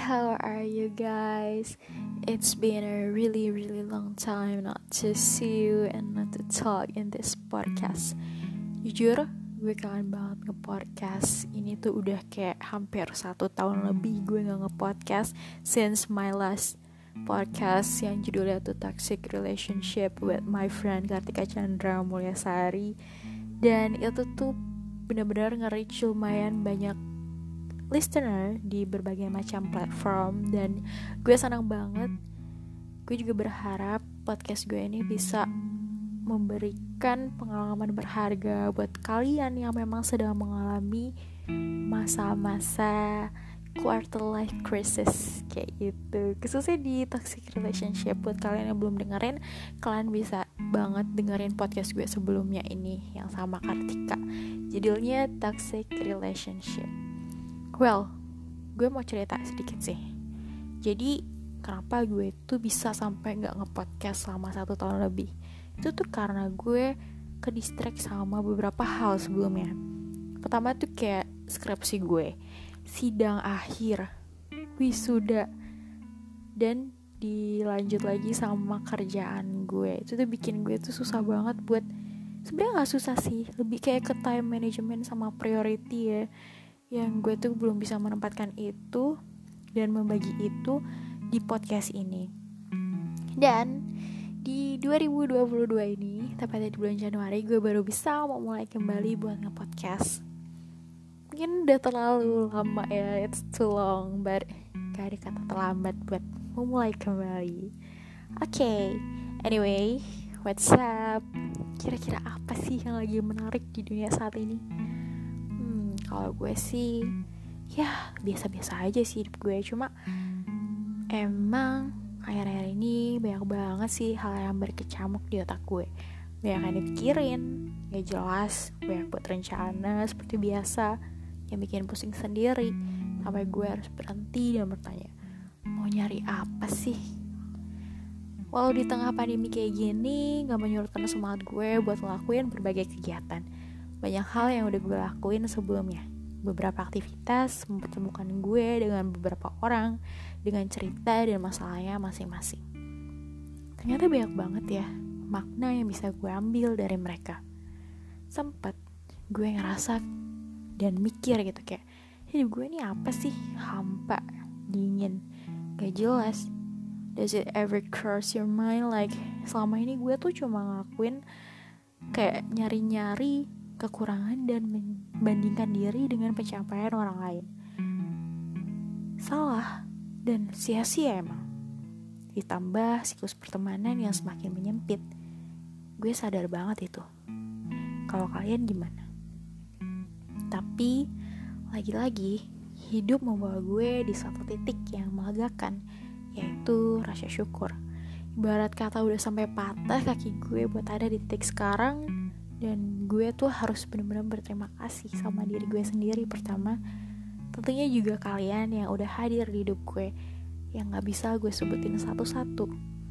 How are you guys? It's been a really long time not to see you and not to talk in this podcast. Jujur, gue kangen banget nge-podcast. Ini tuh udah kayak hampir 1 tahun lebih gue gak nge-podcast since my last podcast yang judulnya tuh Toxic Relationship with my friend Kartika Chandra Mulyasari. Dan itu tuh benar-benar nge-reach lumayan banyak listener di berbagai macam platform. Dan gue senang banget. Gue juga berharap podcast gue ini bisa memberikan pengalaman berharga buat kalian yang memang sedang mengalami masa-masa quarter life crisis kayak gitu, khususnya di toxic relationship. Buat kalian yang belum dengerin, kalian bisa banget dengerin podcast gue sebelumnya ini yang sama Kartika, judulnya Toxic Relationship. Well, gue mau cerita sedikit sih. Jadi kenapa gue tuh bisa sampai gak nge-podcast selama 1 tahun lebih? Itu tuh karena gue ke-distract sama beberapa hal sebelumnya. Pertama tuh kayak skripsi gue, sidang akhir, wisuda, dan dilanjut lagi sama kerjaan gue. Itu tuh bikin gue tuh susah banget buat, sebenarnya gak susah sih, lebih kayak ke time management sama priority ya, yang gue tuh belum bisa menempatkan itu dan membagi itu di podcast ini. Dan di 2022 ini, tepatnya di bulan Januari, gue baru bisa memulai kembali buat nge-podcast. Mungkin udah terlalu lama ya, it's too long, but gak ada kata terlambat buat memulai kembali. Okay, anyway, what's up? Kira-kira apa sih yang lagi menarik di dunia saat ini? Kalau gue sih, ya biasa-biasa aja sih hidup gue. Cuma emang akhir-akhir ini banyak banget sih hal yang berkecamuk di otak gue. Banyak yang dipikirin, gak jelas, banyak buat rencana seperti biasa yang bikin pusing sendiri. Sampai gue harus berhenti dan bertanya, mau nyari apa sih? Walau di tengah pandemi kayak gini, gak menyurutkan semangat gue buat ngelakuin berbagai kegiatan. Banyak hal yang udah gue lakuin sebelumnya. Beberapa aktivitas mempertemukan gue dengan beberapa orang dengan cerita dan masalahnya masing-masing. Ternyata banyak banget ya makna yang bisa gue ambil dari mereka. Sempet gue ngerasa dan mikir gitu kayak, hidup gue ini apa sih? Hampa, dingin, gak jelas. Does it ever cross your mind like selama ini gue tuh cuma ngelakuin kayak nyari-nyari kekurangan dan membandingkan diri dengan pencapaian orang lain. Salah dan sia-sia emang. Ditambah siklus pertemanan yang semakin menyempit. Gue sadar banget itu. Kalau kalian gimana? Tapi lagi-lagi hidup membawa gue di satu titik yang melegakan, yaitu rasa syukur. Ibarat kata udah sampai patah kaki gue buat ada di titik sekarang. Dan gue tuh harus benar-benar berterima kasih sama diri gue sendiri pertama. Tentunya juga kalian yang udah hadir di hidup gue, yang gak bisa gue sebutin satu-satu.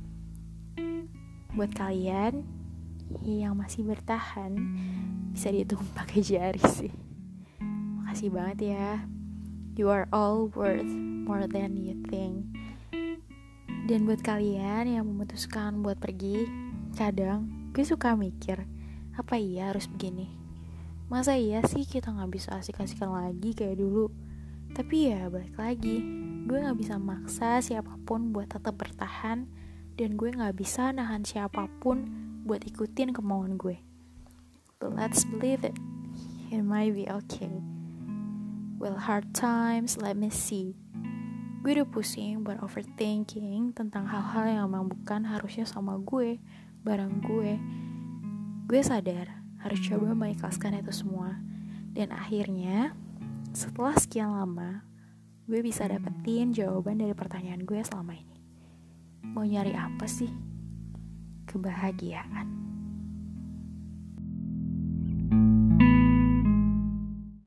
Buat kalian yang masih bertahan, bisa dihitung pakai jari sih. Makasih banget ya. You are all worth more than you think. Dan buat kalian yang memutuskan buat pergi, kadang gue suka mikir, apa iya harus begini? Masa iya sih kita gak bisa asik-asikan lagi kayak dulu? Tapi ya balik lagi, gue gak bisa maksa siapapun buat tetap bertahan, dan gue gak bisa nahan siapapun buat ikutin kemauan gue. But let's believe it might be okay. Well, hard times, let me see. Gue udah pusing buat overthinking tentang hal-hal yang emang bukan harusnya sama gue, bareng gue. Gue sadar harus coba mengikhlaskan itu semua. Dan akhirnya setelah sekian lama, gue bisa dapetin jawaban dari pertanyaan gue selama ini. Mau nyari apa sih? Kebahagiaan.